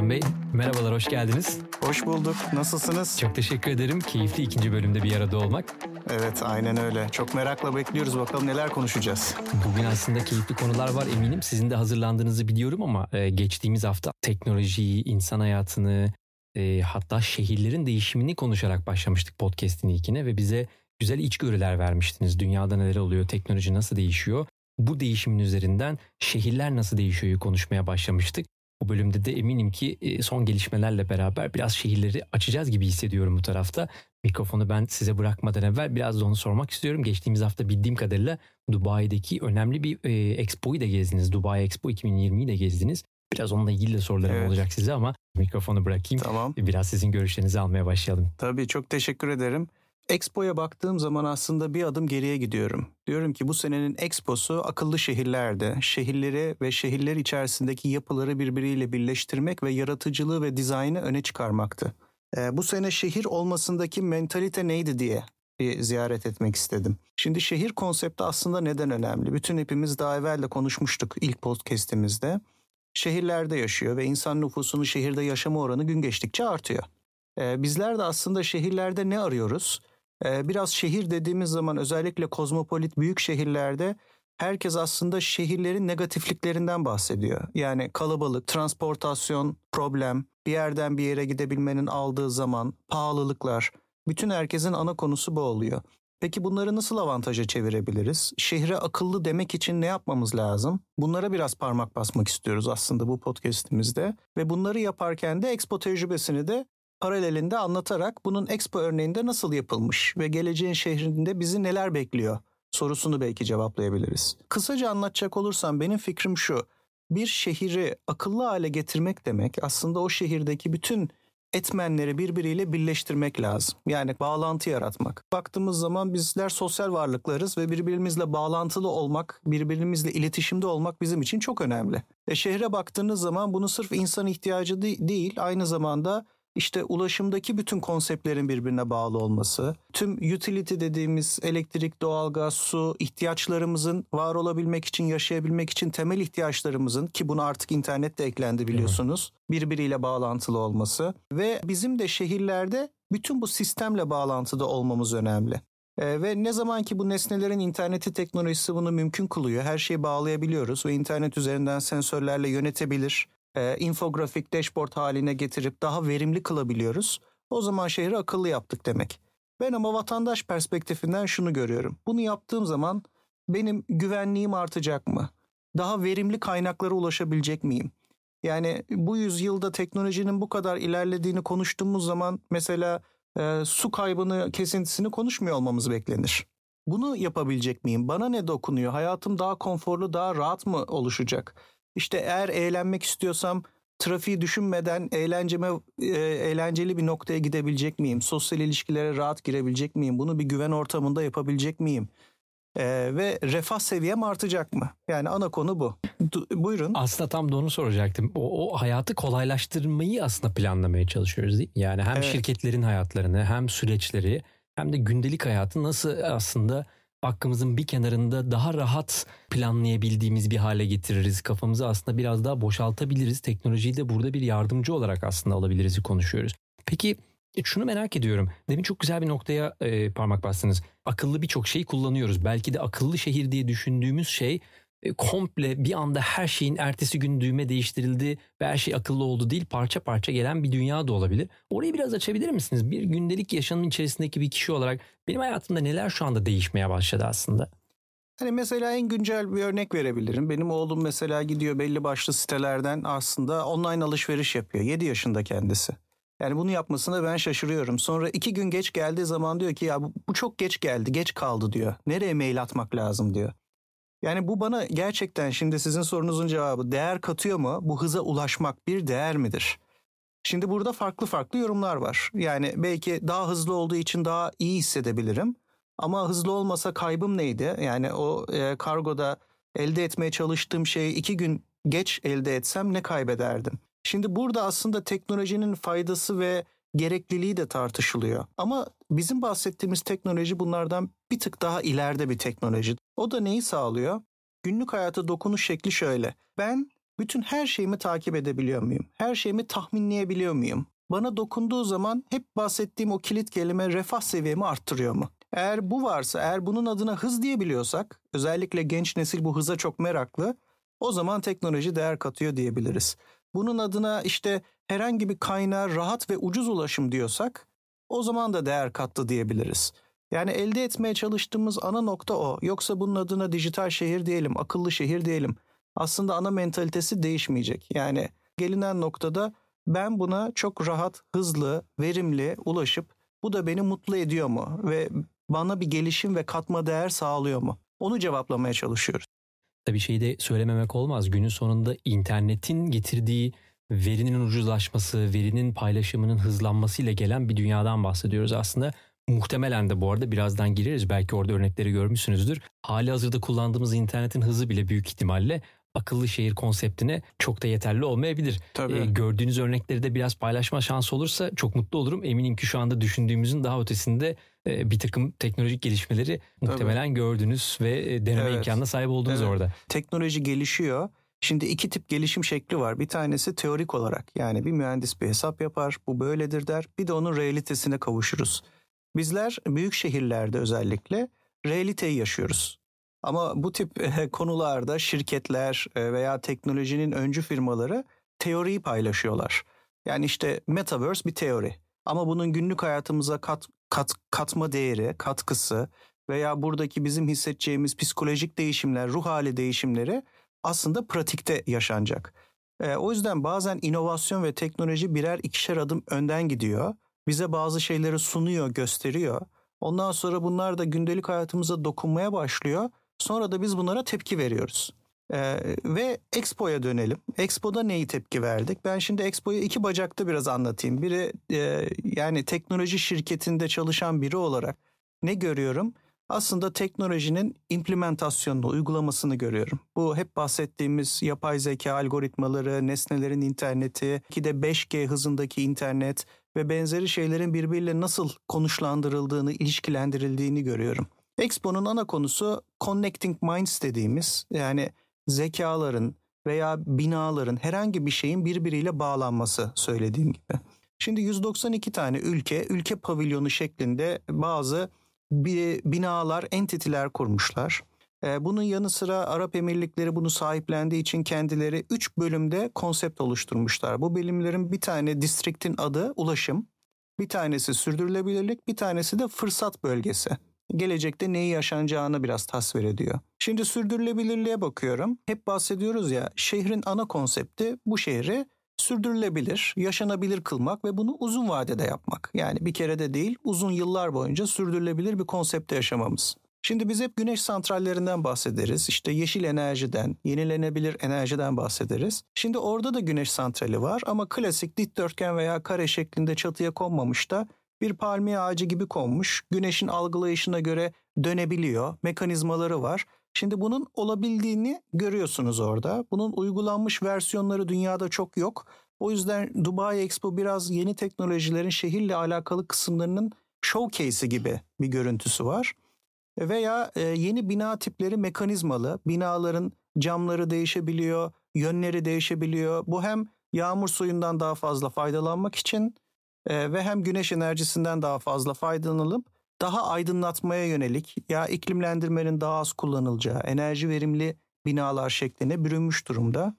Can Bey, merhabalar, hoş geldiniz. Hoş bulduk. Nasılsınız? Çok teşekkür ederim. Keyifli ikinci bölümde bir arada olmak. Evet, aynen öyle. Çok merakla bekliyoruz. Bakalım neler konuşacağız. Bugün aslında keyifli konular var eminim. Sizin de hazırlandığınızı biliyorum ama geçtiğimiz hafta teknolojiyi, insan hayatını, hatta şehirlerin değişimini konuşarak başlamıştık podcast'in ilkine ve bize güzel içgörüler vermiştiniz. Dünyada neler oluyor, teknoloji nasıl değişiyor? Bu değişimin üzerinden şehirler nasıl değişiyor konuşmaya başlamıştık. Bu bölümde de eminim ki son gelişmelerle beraber biraz şehirleri açacağız gibi hissediyorum bu tarafta. Mikrofonu ben size bırakmadan evvel biraz da onu sormak istiyorum. Geçtiğimiz hafta bildiğim kadarıyla Dubai'deki önemli bir Expo'yu da gezdiniz. Dubai Expo 2020'yi de gezdiniz. Biraz onunla ilgili de sorularım olacak size ama mikrofonu bırakayım. Tamam. Biraz sizin görüşlerinizi almaya başlayalım. Tabii, çok teşekkür ederim. Expo'ya baktığım zaman aslında bir adım geriye gidiyorum. Diyorum ki bu senenin Expo'su akıllı şehirlerde, şehirleri ve şehirler içerisindeki yapıları birbiriyle birleştirmek ve yaratıcılığı ve dizaynı öne çıkarmaktı. Bu sene şehir olmasındaki mentalite neydi diye bir ziyaret etmek istedim. Şimdi şehir konsepti aslında neden önemli? Bütün hepimiz daha evvel de konuşmuştuk ilk podcast'imizde. Şehirlerde yaşıyor ve insan nüfusunun şehirde yaşama oranı gün geçtikçe artıyor. Bizler de aslında şehirlerde ne arıyoruz? Biraz şehir dediğimiz zaman özellikle kozmopolit büyük şehirlerde herkes aslında şehirlerin negatifliklerinden bahsediyor. Yani kalabalık, transportasyon, problem, bir yerden bir yere gidebilmenin aldığı zaman, pahalılıklar, bütün herkesin ana konusu bu oluyor. Peki bunları nasıl avantaja çevirebiliriz? Şehre akıllı demek için ne yapmamız lazım? Bunlara biraz parmak basmak istiyoruz aslında bu podcast'imizde. Ve bunları yaparken de Expo tecrübesini de paralelinde anlatarak bunun Expo örneğinde nasıl yapılmış ve geleceğin şehrinde bizi neler bekliyor sorusunu belki cevaplayabiliriz. Kısaca anlatacak olursam benim fikrim şu: bir şehri akıllı hale getirmek demek aslında o şehirdeki bütün etmenleri birbiriyle birleştirmek lazım. Yani bağlantı yaratmak. Baktığımız zaman bizler sosyal varlıklarız ve birbirimizle bağlantılı olmak, birbirimizle iletişimde olmak bizim için çok önemli. Şehre baktığınız zaman bunu sırf insan ihtiyacı değil, aynı zamanda İşte ulaşımdaki bütün konseptlerin birbirine bağlı olması, tüm utility dediğimiz elektrik, doğalgaz, su ihtiyaçlarımızın var olabilmek için, yaşayabilmek için temel ihtiyaçlarımızın, ki buna artık internet de eklendi biliyorsunuz, birbiriyle bağlantılı olması ve bizim de şehirlerde bütün bu sistemle bağlantıda olmamız önemli. Ve ne zaman ki bu nesnelerin interneti teknolojisi bunu mümkün kılıyor, her şeyi bağlayabiliyoruz ve internet üzerinden sensörlerle yönetebilir, infografik, dashboard haline getirip daha verimli kılabiliyoruz. O zaman şehri akıllı yaptık demek. Ben ama vatandaş perspektifinden şunu görüyorum. Bunu yaptığım zaman benim güvenliğim artacak mı? Daha verimli kaynaklara ulaşabilecek miyim? Yani bu yüzyılda teknolojinin bu kadar ilerlediğini konuştuğumuz zaman mesela su kaybını, kesintisini konuşmuyor olmamız beklenir. Bunu yapabilecek miyim? Bana ne dokunuyor? Hayatım daha konforlu, daha rahat mı oluşacak? İşte eğer eğlenmek istiyorsam trafiği düşünmeden eğlenceli bir noktaya gidebilecek miyim? Sosyal ilişkilere rahat girebilecek miyim? Bunu bir güven ortamında yapabilecek miyim? Ve refah seviyem artacak mı? Yani ana konu bu. Buyurun. Aslında tam da onu soracaktım. O hayatı kolaylaştırmayı aslında planlamaya çalışıyoruz değil mi? Yani hem şirketlerin hayatlarını, hem süreçleri, hem de gündelik hayatı nasıl aslında hakkımızın bir kenarında daha rahat planlayabildiğimiz bir hale getiririz. Kafamızı aslında biraz daha boşaltabiliriz. Teknolojiyi de burada bir yardımcı olarak aslında alabiliriz konuşuyoruz. Peki şunu merak ediyorum. Demin çok güzel bir noktaya parmak bastınız. Akıllı birçok şeyi kullanıyoruz. Belki de akıllı şehir diye düşündüğümüz şey komple bir anda her şeyin ertesi gün düğme değiştirildi ve her şey akıllı oldu değil, parça parça gelen bir dünya da olabilir. Orayı biraz açabilir misiniz? Bir gündelik yaşamın içerisindeki bir kişi olarak benim hayatımda neler şu anda değişmeye başladı aslında? Hani mesela en güncel bir örnek verebilirim. Benim oğlum mesela gidiyor belli başlı sitelerden aslında online alışveriş yapıyor. 7 yaşında kendisi. Yani bunu yapmasına ben şaşırıyorum. Sonra 2 gün geç geldiği zaman diyor ki ya bu çok geç geldi, geç kaldı diyor. Nereye mail atmak lazım diyor. Yani bu bana gerçekten, şimdi sizin sorunuzun cevabı, değer katıyor mu? Bu hıza ulaşmak bir değer midir? Şimdi burada farklı farklı yorumlar var. Yani belki daha hızlı olduğu için daha iyi hissedebilirim. Ama hızlı olmasa kaybım neydi? Yani o kargoda elde etmeye çalıştığım şeyi 2 gün geç elde etsem ne kaybederdim? Şimdi burada aslında teknolojinin faydası ve gerekliliği de tartışılıyor. Ama bizim bahsettiğimiz teknoloji bunlardan bir tık daha ileride bir teknoloji. O da neyi sağlıyor? Günlük hayata dokunuş şekli şöyle. Ben Bütün her şeyimi takip edebiliyor muyum? Her şeyimi tahminleyebiliyor muyum? Bana dokunduğu zaman hep bahsettiğim o kilit kelime refah seviyemi arttırıyor mu? Eğer bu varsa, eğer bunun adına hız diyebiliyorsak, özellikle genç nesil bu hıza çok meraklı, o zaman teknoloji değer katıyor diyebiliriz. Bunun adına işte herhangi bir kaynağa rahat ve ucuz ulaşım diyorsak, o zaman da değer kattı diyebiliriz. Yani elde etmeye çalıştığımız ana nokta o. Yoksa bunun adına dijital şehir diyelim, akıllı şehir diyelim. Aslında ana mentalitesi değişmeyecek. Yani gelinen noktada ben buna çok rahat, hızlı, verimli ulaşıp bu da beni mutlu ediyor mu? Ve bana bir gelişim ve katma değer sağlıyor mu? Onu cevaplamaya çalışıyoruz. Tabii şeyi de söylememek olmaz. Günün sonunda internetin getirdiği verinin ucuzlaşması, verinin paylaşımının hızlanmasıyla gelen bir dünyadan bahsediyoruz aslında. Muhtemelen de bu arada birazdan gireriz. Belki orada örnekleri görmüşsünüzdür. Hali hazırda kullandığımız internetin hızı bile büyük ihtimalle akıllı şehir konseptine çok da yeterli olmayabilir. Gördüğünüz örnekleri de biraz paylaşma şansı olursa çok mutlu olurum. Eminim ki şu anda düşündüğümüzün daha ötesinde bir takım teknolojik gelişmeleri muhtemelen gördünüz ve deneme imkanına sahip oldunuz orada. Teknoloji gelişiyor. Şimdi iki tip gelişim şekli var. Bir tanesi teorik olarak, yani bir mühendis bir hesap yapar, bu böyledir der. Bir de onun realitesine kavuşuruz. Bizler büyük şehirlerde özellikle realiteyi yaşıyoruz. Ama bu tip konularda şirketler veya teknolojinin öncü firmaları teoriyi paylaşıyorlar. Yani işte Metaverse bir teori. Ama bunun günlük hayatımıza katma değeri, katkısı veya buradaki bizim hissedeceğimiz psikolojik değişimler, ruh hali değişimleri aslında pratikte yaşanacak. O yüzden bazen inovasyon ve teknoloji birer ikişer adım önden gidiyor. Bize bazı şeyleri sunuyor, gösteriyor. Ondan sonra bunlar da gündelik hayatımıza dokunmaya başlıyor. Sonra da biz bunlara tepki veriyoruz. Ve Expo'ya dönelim. Expo'da neyi tepki verdik? Ben şimdi Expo'yu iki bacakta biraz anlatayım. Biri yani teknoloji şirketinde çalışan biri olarak ne görüyorum? Aslında teknolojinin implementasyonunu, uygulamasını görüyorum. Bu hep bahsettiğimiz yapay zeka algoritmaları, nesnelerin interneti, ki de 5G hızındaki internet ve benzeri şeylerin birbiriyle nasıl konuşlandırıldığını, ilişkilendirildiğini görüyorum. Expo'nun ana konusu Connecting Minds dediğimiz, yani zekaların veya binaların, herhangi bir şeyin birbiriyle bağlanması söylediğim gibi. Şimdi 192 tane ülke pavilyonu şeklinde bazı binalar, entitiler kurmuşlar. Bunun yanı sıra Arap Emirlikleri bunu sahiplendiği için kendileri 3 bölümde konsept oluşturmuşlar. Bu bölümlerin bir tane distriktin adı ulaşım, bir tanesi sürdürülebilirlik, bir tanesi de fırsat bölgesi. Gelecekte neyi yaşanacağını biraz tasvir ediyor. Şimdi sürdürülebilirliğe bakıyorum. Hep bahsediyoruz ya, şehrin ana konsepti bu şehri sürdürülebilir, yaşanabilir kılmak ve bunu uzun vadede yapmak. Yani bir kere de değil, uzun yıllar boyunca sürdürülebilir bir konsepte yaşamamız. Şimdi biz hep güneş santrallerinden bahsederiz. İşte yeşil enerjiden, yenilenebilir enerjiden bahsederiz. Şimdi orada da güneş santrali var ama klasik dikdörtgen veya kare şeklinde çatıya konmamış da bir palmiye ağacı gibi konmuş. Güneşin algılayışına göre dönebiliyor, mekanizmaları var. Şimdi bunun olabildiğini görüyorsunuz orada. Bunun uygulanmış versiyonları dünyada çok yok. O yüzden Dubai Expo biraz yeni teknolojilerin şehirle alakalı kısımlarının showcase'i gibi bir görüntüsü var. Veya yeni bina tipleri mekanizmalı. Binaların camları değişebiliyor, yönleri değişebiliyor. Bu hem yağmur suyundan daha fazla faydalanmak için ve hem güneş enerjisinden daha fazla faydalanılıp daha aydınlatmaya yönelik, ya iklimlendirmenin daha az kullanılacağı, enerji verimli binalar şekline bürünmüş durumda.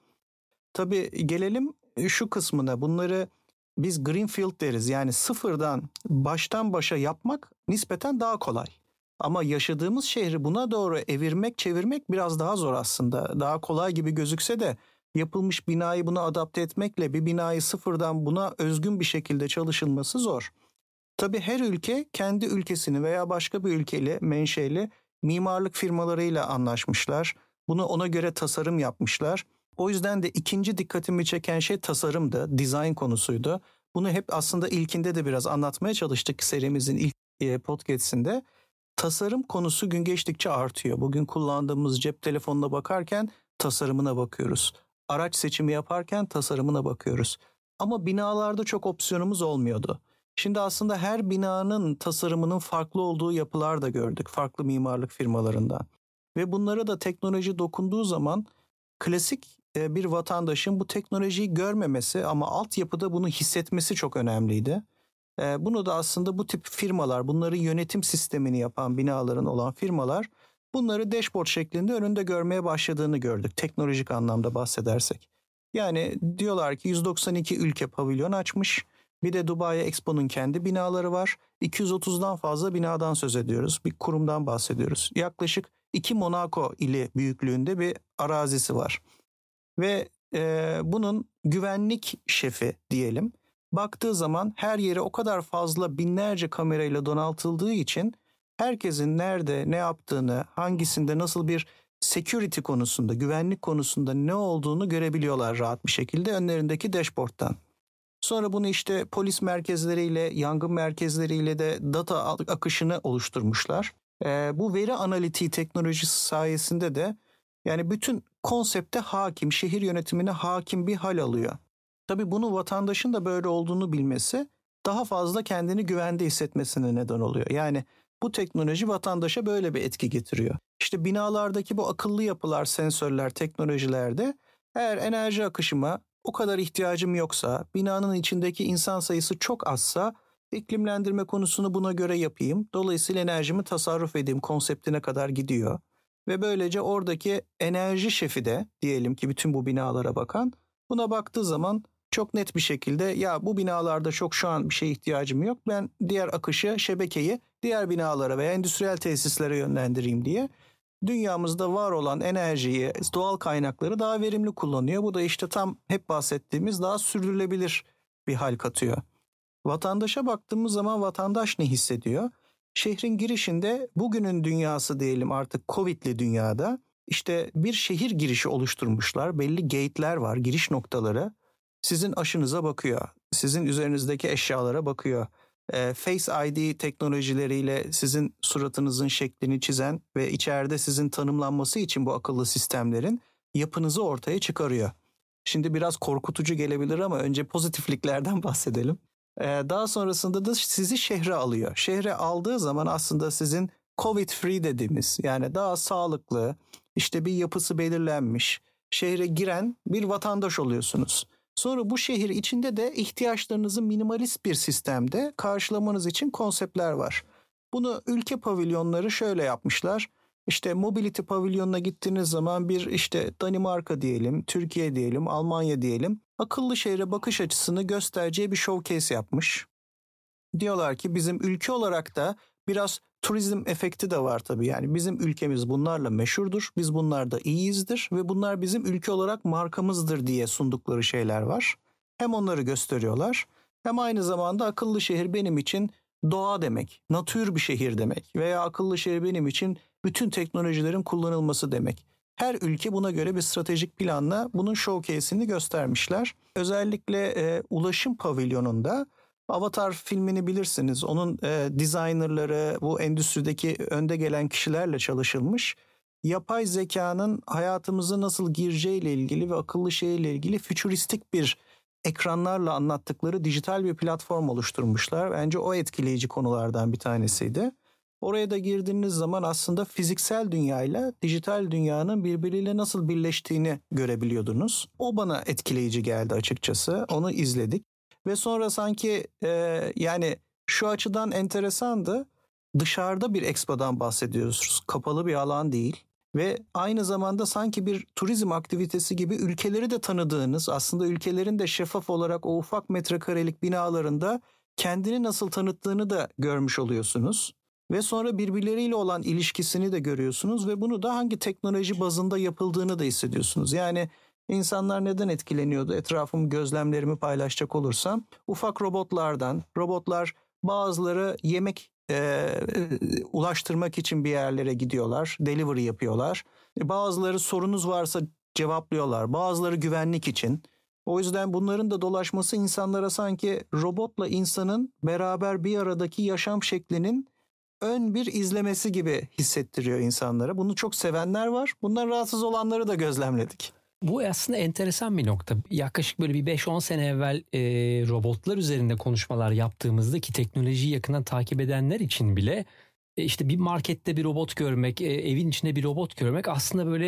Tabii gelelim şu kısmına. Bunları biz greenfield deriz. Yani sıfırdan, baştan başa yapmak nispeten daha kolay. Ama yaşadığımız şehri buna doğru evirmek, çevirmek biraz daha zor aslında. Daha kolay gibi gözükse de yapılmış binayı buna adapte etmekle bir binayı sıfırdan buna özgün bir şekilde çalışılması zor. Tabii her ülke kendi ülkesini veya başka bir ülkeyle, menşeli mimarlık firmalarıyla anlaşmışlar. Bunu ona göre tasarım yapmışlar. O yüzden de ikinci dikkatimi çeken şey tasarımdı, design konusuydu. Bunu hep aslında ilkinde de biraz anlatmaya çalıştık serimizin ilk podcast'inde. Tasarım konusu gün geçtikçe artıyor. Bugün kullandığımız cep telefonuna bakarken tasarımına bakıyoruz. Araç seçimi yaparken tasarımına bakıyoruz. Ama binalarda çok opsiyonumuz olmuyordu. Şimdi aslında her binanın tasarımının farklı olduğu yapılar da gördük. Farklı mimarlık firmalarından. Ve bunlara da teknoloji dokunduğu zaman klasik bir vatandaşın bu teknolojiyi görmemesi ama altyapıda bunu hissetmesi çok önemliydi. Bunu da aslında bu tip firmalar, bunların yönetim sistemini yapan binaların olan firmalar bunları dashboard şeklinde önünde görmeye başladığını gördük teknolojik anlamda bahsedersek. Yani diyorlar ki 192 ülke pavilyon açmış. Bir de Dubai Expo'nun kendi binaları var. 230'dan fazla binadan söz ediyoruz. Bir kurumdan bahsediyoruz. Yaklaşık 2 Monaco ili büyüklüğünde bir arazisi var. Ve bunun güvenlik şefi diyelim. Baktığı zaman her yere o kadar fazla binlerce kamerayla donatıldığı için herkesin nerede ne yaptığını, hangisinde nasıl bir security konusunda, güvenlik konusunda ne olduğunu görebiliyorlar rahat bir şekilde önlerindeki dashboard'tan. Sonra bunu işte polis merkezleriyle, yangın merkezleriyle de data akışını oluşturmuşlar. Bu veri analitiği teknolojisi sayesinde de yani bütün konsepte hakim, şehir yönetimine hakim bir hal alıyor. Tabii bunu vatandaşın da böyle olduğunu bilmesi daha fazla kendini güvende hissetmesine neden oluyor. Yani bu teknoloji vatandaşa böyle bir etki getiriyor. İşte binalardaki bu akıllı yapılar, sensörler, teknolojilerde eğer enerji akışıma o kadar ihtiyacım yoksa, binanın içindeki insan sayısı çok azsa iklimlendirme konusunu buna göre yapayım. Dolayısıyla enerjimi tasarruf edeyim konseptine kadar gidiyor. Ve böylece oradaki enerji şefi de diyelim ki bütün bu binalara bakan buna baktığı zaman çok net bir şekilde ya bu binalarda çok şu an bir şeye ihtiyacım yok. Ben diğer akışı, şebekeyi diğer binalara veya endüstriyel tesislere yönlendireyim diye dünyamızda var olan enerjiyi, doğal kaynakları daha verimli kullanıyor. Bu da işte tam hep bahsettiğimiz daha sürdürülebilir bir hal katıyor. Vatandaşa baktığımız zaman vatandaş ne hissediyor? Şehrin girişinde bugünün dünyası diyelim artık Covid'li dünyada işte bir şehir girişi oluşturmuşlar. Belli gate'ler var, giriş noktaları. Sizin aşınıza bakıyor, sizin üzerinizdeki eşyalara bakıyor. Face ID teknolojileriyle sizin suratınızın şeklini çizen ve içeride sizin tanımlanması için bu akıllı sistemlerin yapınızı ortaya çıkarıyor. Şimdi biraz korkutucu gelebilir ama önce pozitifliklerden bahsedelim. Daha sonrasında da sizi şehre alıyor. Şehre aldığı zaman aslında sizin COVID-free dediğimiz yani daha sağlıklı, işte bir yapısı belirlenmiş, şehre giren bir vatandaş oluyorsunuz. Sonra bu şehir içinde de ihtiyaçlarınızı minimalist bir sistemde karşılamanız için konseptler var. Bunu ülke pavilyonları şöyle yapmışlar. İşte mobility pavilyonuna gittiğiniz zaman bir işte Danimarka diyelim, Türkiye diyelim, Almanya diyelim. Akıllı şehre bakış açısını göstereceği bir showcase yapmış. Diyorlar ki bizim ülke olarak da biraz turizm efekti de var tabii. Yani bizim ülkemiz bunlarla meşhurdur. Biz bunlarda iyiyizdir ve bunlar bizim ülke olarak markamızdır diye sundukları şeyler var. Hem onları gösteriyorlar hem aynı zamanda akıllı şehir benim için doğa demek, natür bir şehir demek veya akıllı şehir benim için bütün teknolojilerin kullanılması demek. Her ülke buna göre bir stratejik planla bunun showcase'ini göstermişler. Özellikle ulaşım pavilyonunda Avatar filmini bilirsiniz. Onun designerları bu endüstrideki önde gelen kişilerle çalışılmış. Yapay zekanın hayatımıza nasıl gireceğiyle ilgili ve akıllı şehirle ilgili fütüristik bir ekranlarla anlattıkları dijital bir platform oluşturmuşlar. Bence o etkileyici konulardan bir tanesiydi. Oraya da girdiğiniz zaman aslında fiziksel dünyayla dijital dünyanın birbiriyle nasıl birleştiğini görebiliyordunuz. O bana etkileyici geldi açıkçası. Onu izledik. Ve sonra sanki yani şu açıdan enteresandı. Dışarıda bir expo'dan bahsediyoruz. Kapalı bir alan değil. Ve aynı zamanda sanki bir turizm aktivitesi gibi ülkeleri de tanıdığınız, aslında ülkelerin de şeffaf olarak o ufak metrekarelik binalarında kendini nasıl tanıttığını da görmüş oluyorsunuz. Ve sonra birbirleriyle olan ilişkisini de görüyorsunuz ve bunu da hangi teknoloji bazında yapıldığını da hissediyorsunuz. Yani İnsanlar neden etkileniyordu? Etrafım gözlemlerimi paylaşacak olursam ufak robotlardan, robotlar bazıları yemek ulaştırmak için bir yerlere gidiyorlar, delivery yapıyorlar. Bazıları sorunuz varsa cevaplıyorlar, bazıları güvenlik için. O yüzden bunların da dolaşması insanlara sanki robotla insanın beraber bir aradaki yaşam şeklinin ön bir izlemesi gibi hissettiriyor insanlara. Bunu çok sevenler var. Bundan rahatsız olanları da gözlemledik. Bu aslında enteresan bir nokta. Yaklaşık böyle bir 5-10 sene evvel robotlar üzerinde konuşmalar yaptığımızda ki teknolojiyi yakından takip edenler için bile işte bir markette bir robot görmek, evin içinde bir robot görmek aslında böyle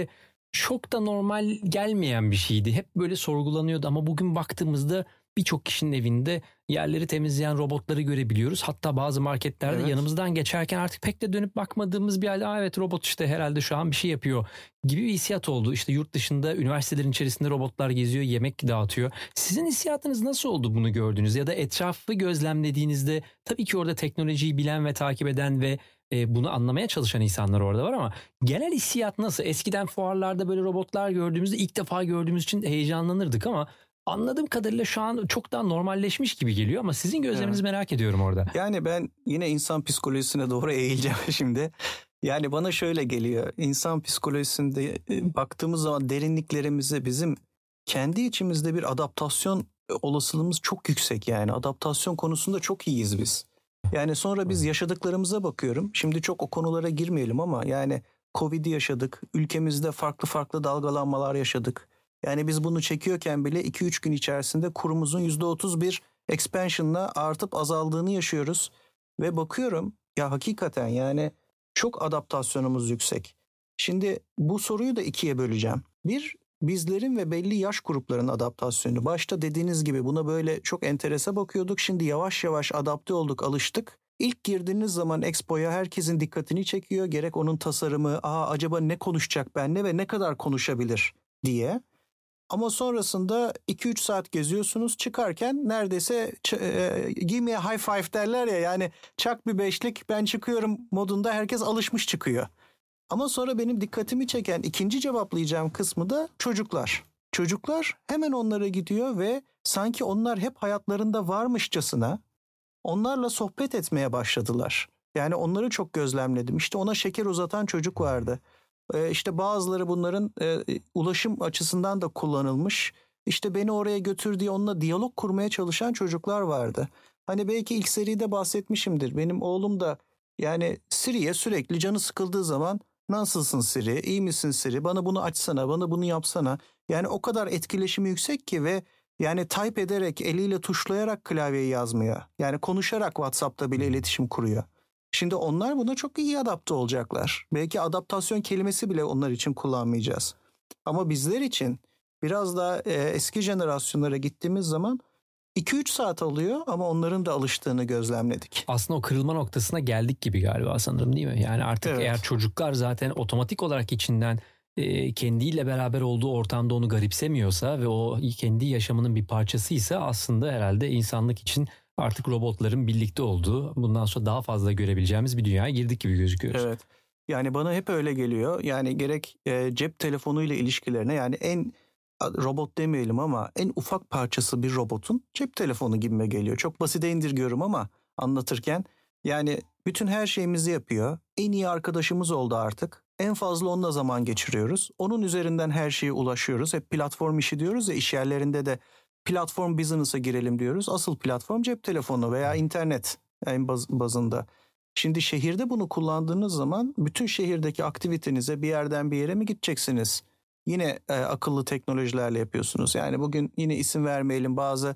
çok da normal gelmeyen bir şeydi. Hep böyle sorgulanıyordu ama bugün baktığımızda birçok kişinin evinde yerleri temizleyen robotları görebiliyoruz. Hatta bazı marketlerde yanımızdan geçerken artık pek de dönüp bakmadığımız bir halde evet robot işte herhalde şu an bir şey yapıyor gibi bir hissiyat oldu. İşte yurt dışında üniversitelerin içerisinde robotlar geziyor, yemek dağıtıyor. Sizin hissiyatınız nasıl oldu bunu gördüğünüz ya da etrafı gözlemlediğinizde tabii ki orada teknolojiyi bilen ve takip eden ve bunu anlamaya çalışan insanlar orada var ama genel hissiyat nasıl? Eskiden fuarlarda böyle robotlar gördüğümüzde ilk defa gördüğümüz için heyecanlanırdık ama anladığım kadarıyla şu an çok daha normalleşmiş gibi geliyor ama sizin gözleminizi merak ediyorum orada. Yani ben yine insan psikolojisine doğru eğileceğim şimdi. Yani bana şöyle geliyor. İnsan psikolojisinde baktığımız zaman derinliklerimize bizim kendi içimizde bir adaptasyon olasılığımız çok yüksek yani. Adaptasyon konusunda çok iyiyiz biz. Yani sonra biz yaşadıklarımıza bakıyorum. Şimdi çok o konulara girmeyelim ama yani Covid'i yaşadık. Ülkemizde farklı farklı dalgalanmalar yaşadık. Yani biz bunu çekiyorken bile 2-3 gün içerisinde kurumuzun %31 expansion'la artıp azaldığını yaşıyoruz. Ve bakıyorum ya hakikaten yani çok adaptasyonumuz yüksek. Şimdi bu soruyu da ikiye böleceğim. Bir, bizlerin ve belli yaş gruplarının adaptasyonu. Başta dediğiniz gibi buna böyle çok enterese bakıyorduk. Şimdi yavaş yavaş adapte olduk, alıştık. İlk girdiğiniz zaman Expo'ya herkesin dikkatini çekiyor. Gerek onun tasarımı, acaba ne konuşacak benimle ve ne kadar konuşabilir diye. Ama sonrasında 2-3 saat geziyorsunuz, çıkarken neredeyse give me a high five derler ya, yani çak bir beşlik ben çıkıyorum modunda herkes alışmış çıkıyor. Ama sonra benim dikkatimi çeken ikinci cevaplayacağım kısmı da çocuklar. Çocuklar hemen onlara gidiyor ve sanki onlar hep hayatlarında varmışçasına onlarla sohbet etmeye başladılar. Yani onları çok gözlemledim. İşte ona şeker uzatan çocuk vardı. İşte bazıları bunların ulaşım açısından da kullanılmış. İşte beni oraya götür diye onunla diyalog kurmaya çalışan çocuklar vardı. Hani belki ilk seride bahsetmişimdir. Benim oğlum da yani Siri'ye sürekli canı sıkıldığı zaman nasılsın Siri, iyi misin Siri, bana bunu açsana, bana bunu yapsana. Yani o kadar etkileşimi yüksek ki ve yani type ederek, eliyle tuşlayarak klavyeyi yazmıyor. Yani konuşarak WhatsApp'ta bile iletişim kuruyor. Şimdi onlar buna çok iyi adapte olacaklar. Belki adaptasyon kelimesi bile onlar için kullanmayacağız. Ama bizler için biraz daha eski jenerasyonlara gittiğimiz zaman 2-3 saat alıyor ama onların da alıştığını gözlemledik. Aslında o kırılma noktasına geldik gibi galiba sanırım, değil mi? Yani artık eğer çocuklar zaten otomatik olarak içinden kendiyle beraber olduğu ortamda onu garipsemiyorsa ve o kendi yaşamının bir parçasıysa aslında herhalde insanlık için artık robotların birlikte olduğu, bundan sonra daha fazla görebileceğimiz bir dünyaya girdik gibi gözüküyoruz. Evet. Yani bana hep öyle geliyor. Yani gerek cep telefonuyla ilişkilerine, yani en robot demeyelim ama en ufak parçası bir robotun cep telefonu gibime geliyor. Çok basite indirgiyorum ama anlatırken yani bütün her şeyimizi yapıyor. En iyi arkadaşımız oldu artık. En fazla onunla zaman geçiriyoruz. Onun üzerinden her şeye ulaşıyoruz. Hep platform işi diyoruz ya, iş yerlerinde de platform business'a girelim diyoruz. Asıl platform cep telefonu veya internet en bazında. Şimdi şehirde bunu kullandığınız zaman bütün şehirdeki aktivitenize bir yerden bir yere mi gideceksiniz? Yine akıllı teknolojilerle yapıyorsunuz. Yani bugün yine isim vermeyelim, bazı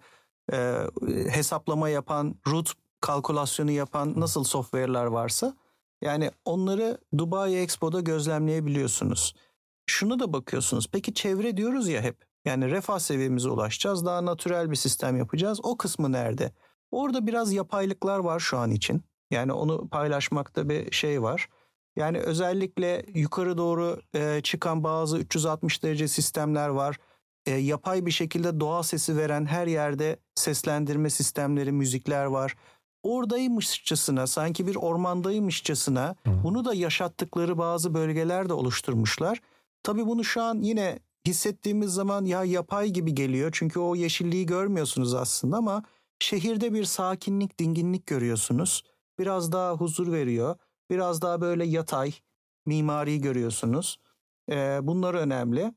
hesaplama yapan, route kalkülasyonu yapan nasıl software'lar varsa yani onları Dubai Expo'da gözlemleyebiliyorsunuz. Şunu da bakıyorsunuz. Peki çevre diyoruz ya hep. Yani refah seviyemize ulaşacağız. Daha natürel bir sistem yapacağız. O kısmı nerede? Orada biraz yapaylıklar var şu an için. Yani onu paylaşmakta bir şey var. Yani özellikle yukarı doğru çıkan bazı 360 derece sistemler var. Yapay bir şekilde doğa sesi veren, her yerde seslendirme sistemleri, müzikler var. Oradaymışçasına, sanki bir ormandaymışçasına bunu da yaşattıkları bazı bölgeler de oluşturmuşlar. Tabii bunu şu an yine hissettiğimiz zaman ya yapay gibi geliyor. Çünkü o yeşilliği görmüyorsunuz aslında ama şehirde bir sakinlik, dinginlik görüyorsunuz. Biraz daha huzur veriyor. Biraz daha böyle yatay mimari görüyorsunuz. Bunlar önemli.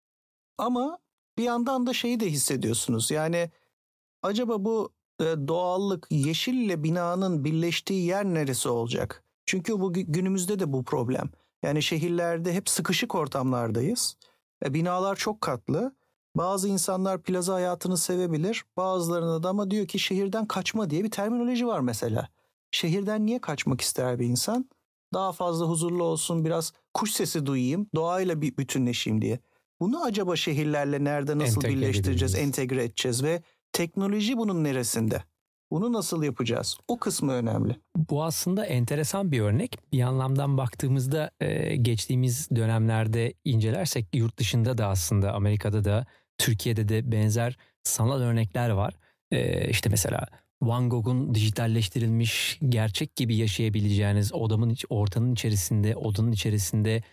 Ama bir yandan da şeyi de hissediyorsunuz. Yani acaba bu doğallık, yeşille binanın birleştiği yer neresi olacak? Çünkü bu günümüzde de bu problem. Yani şehirlerde hep sıkışık ortamlardayız. Binalar çok katlı. Bazı insanlar plaza hayatını sevebilir. Bazılarına da ama diyor ki şehirden kaçma diye bir terminoloji var mesela. Şehirden niye kaçmak ister bir insan? daha fazla huzurlu olsun, biraz kuş sesi duyayım, doğayla bir bütünleşeyim diye. Bunu acaba şehirlerle nerede, nasıl birleştireceğiz, entegre edeceğiz ve teknoloji bunun neresinde? Bunu nasıl yapacağız? O kısmı önemli. Bu aslında enteresan bir örnek. Bir anlamdan baktığımızda geçtiğimiz dönemlerde incelersek yurt dışında da aslında Amerika'da da Türkiye'de de benzer sanal örnekler var. İşte mesela Van Gogh'un dijitalleştirilmiş gerçek gibi yaşayabileceğiniz odanın içerisinde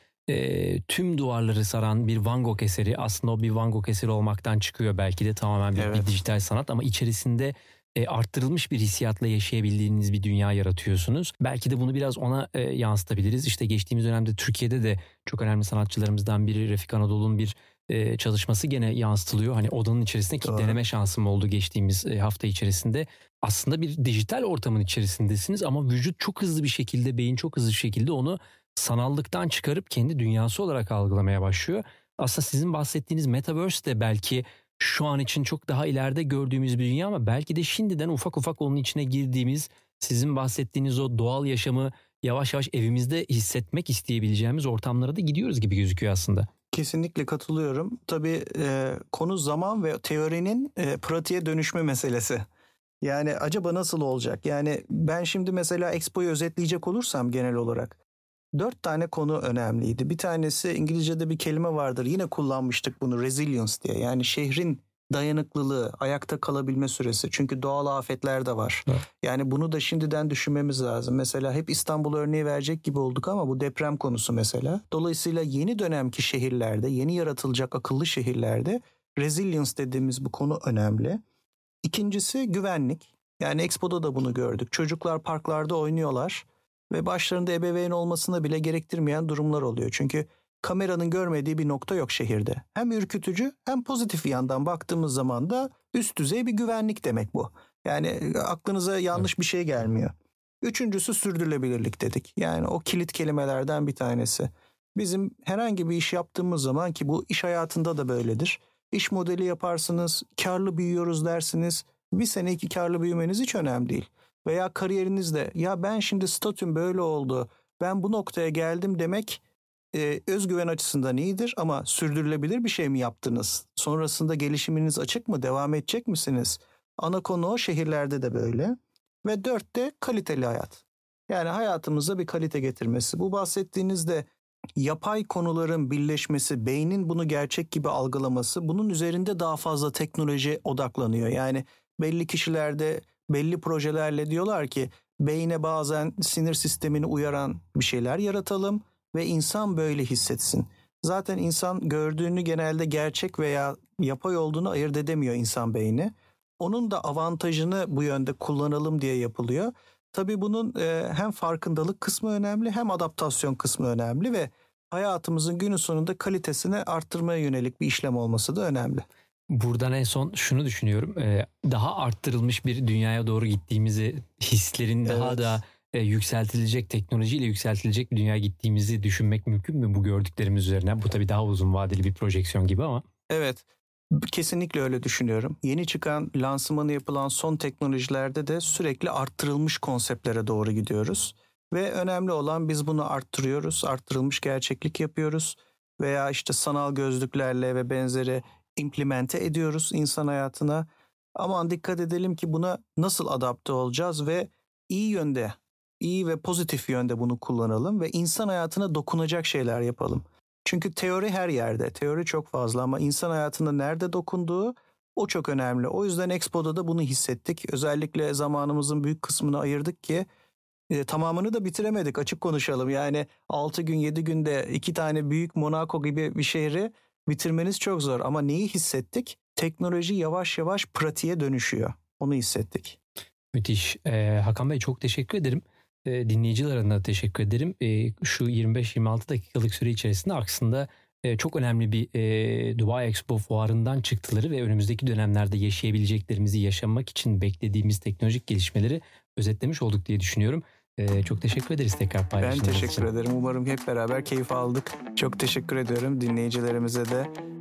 tüm duvarları saran bir Van Gogh eseri, aslında o bir Van Gogh eseri olmaktan çıkıyor belki de tamamen bir dijital sanat ama içerisinde arttırılmış bir hissiyatla yaşayabildiğiniz bir dünya yaratıyorsunuz. Belki de bunu biraz ona yansıtabiliriz. İşte geçtiğimiz dönemde Türkiye'de de çok önemli sanatçılarımızdan biri Refik Anadolu'nun bir çalışması gene yansıtılıyor. Hani odanın içerisinde ki deneme şansım oldu geçtiğimiz hafta içerisinde. Aslında bir dijital ortamın içerisindesiniz ama vücut çok hızlı bir şekilde, beyin çok hızlı bir şekilde onu sanallıktan çıkarıp kendi dünyası olarak algılamaya başlıyor. Aslında sizin bahsettiğiniz Metaverse de belki şu an için çok daha ileride gördüğümüz bir dünya ama belki de şimdiden ufak ufak onun içine girdiğimiz, sizin bahsettiğiniz o doğal yaşamı yavaş yavaş evimizde hissetmek isteyebileceğimiz ortamlara da gidiyoruz gibi gözüküyor aslında. Kesinlikle katılıyorum. Tabii konu zaman ve teorinin pratiğe dönüşme meselesi. Yani acaba nasıl olacak? Yani ben şimdi mesela Expo'yu özetleyecek olursam genel olarak 4 tane konu önemliydi. Bir tanesi, İngilizce'de bir kelime vardır. Yine kullanmıştık bunu, resilience diye. Yani şehrin dayanıklılığı, ayakta kalabilme süresi. Çünkü doğal afetler de var. Evet. Yani bunu da şimdiden düşünmemiz lazım. Mesela hep İstanbul örneği verecek gibi olduk ama bu deprem konusu mesela. Dolayısıyla yeni dönemki şehirlerde, yeni yaratılacak akıllı şehirlerde resilience dediğimiz bu konu önemli. İkincisi güvenlik. Yani Expo'da da bunu gördük. Çocuklar parklarda oynuyorlar ve başlarında ebeveyn olmasına bile gerektirmeyen durumlar oluyor. Çünkü kameranın görmediği bir nokta yok şehirde. Hem ürkütücü hem pozitif bir yandan baktığımız zaman da üst düzey bir güvenlik demek bu. Yani aklınıza yanlış bir şey gelmiyor. Üçüncüsü sürdürülebilirlik dedik. Yani o kilit kelimelerden bir tanesi. Bizim herhangi bir iş yaptığımız zaman, ki bu iş hayatında da böyledir. İş modeli yaparsınız, karlı büyüyoruz dersiniz. Bir sene 2 karlı büyümeniz hiç önemli değil. Veya kariyerinizde ya ben şimdi statüm böyle oldu, ben bu noktaya geldim demek özgüven açısından iyidir ama sürdürülebilir bir şey mi yaptınız? Sonrasında gelişiminiz açık mı? Devam edecek misiniz? Ana konu o, şehirlerde de böyle. Ve 4'te kaliteli hayat. Yani hayatımıza bir kalite getirmesi. Bu bahsettiğinizde yapay konuların birleşmesi, beynin bunu gerçek gibi algılaması, bunun üzerinde daha fazla teknoloji odaklanıyor. Yani belli kişilerde belli projelerle diyorlar ki beyne bazen sinir sistemini uyaran bir şeyler yaratalım ve insan böyle hissetsin. Zaten insan gördüğünü genelde gerçek veya yapay olduğunu ayırt edemiyor insan beyni. Onun da avantajını bu yönde kullanalım diye yapılıyor. Tabii bunun hem farkındalık kısmı önemli hem adaptasyon kısmı önemli ve hayatımızın günün sonunda kalitesini arttırmaya yönelik bir işlem olması da önemli. Buradan en son şunu düşünüyorum. Daha arttırılmış bir dünyaya doğru gittiğimizi, hislerin daha da yükseltilecek, teknolojiyle yükseltilecek bir dünyaya gittiğimizi düşünmek mümkün mü bu gördüklerimiz üzerine? Bu tabii daha uzun vadeli bir projeksiyon gibi ama. Evet. Kesinlikle öyle düşünüyorum. Yeni çıkan, lansmanı yapılan son teknolojilerde de sürekli arttırılmış konseptlere doğru gidiyoruz. Ve önemli olan biz bunu arttırıyoruz, arttırılmış gerçeklik yapıyoruz veya işte sanal gözlüklerle ve benzeri implemente ediyoruz insan hayatına. Aman dikkat edelim ki buna nasıl adapte olacağız ve iyi yönde, iyi ve pozitif yönde bunu kullanalım ve insan hayatına dokunacak şeyler yapalım. Çünkü teori her yerde, teori çok fazla ama insan hayatında nerede dokunduğu o çok önemli. O yüzden Expo'da da bunu hissettik. Özellikle zamanımızın büyük kısmını ayırdık ki tamamını da bitiremedik, açık konuşalım. Yani 6 gün 7 günde 2 tane büyük Monaco gibi bir şehri bitirmeniz çok zor. Ama neyi hissettik? Teknoloji yavaş yavaş pratiğe dönüşüyor. Onu hissettik. Müthiş. Hakan Bey çok teşekkür ederim. Dinleyiciler adına teşekkür ederim. Şu 25-26 dakikalık süre içerisinde aslında çok önemli bir Dubai Expo fuarından çıktıları ve önümüzdeki dönemlerde yaşayabileceklerimizi yaşamak için beklediğimiz teknolojik gelişmeleri özetlemiş olduk diye düşünüyorum. Çok teşekkür ederiz tekrar paylaştığınız için. Ben teşekkür ederim. Umarım hep beraber keyif aldık. Çok teşekkür ediyorum dinleyicilerimize de.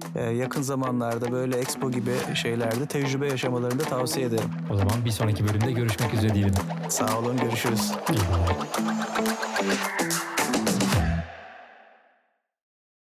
yakın zamanlarda böyle Expo gibi şeylerde tecrübe yaşamalarını da tavsiye ederim. O zaman bir sonraki bölümde görüşmek üzere diyelim. Sağ olun, görüşürüz. İyi günler.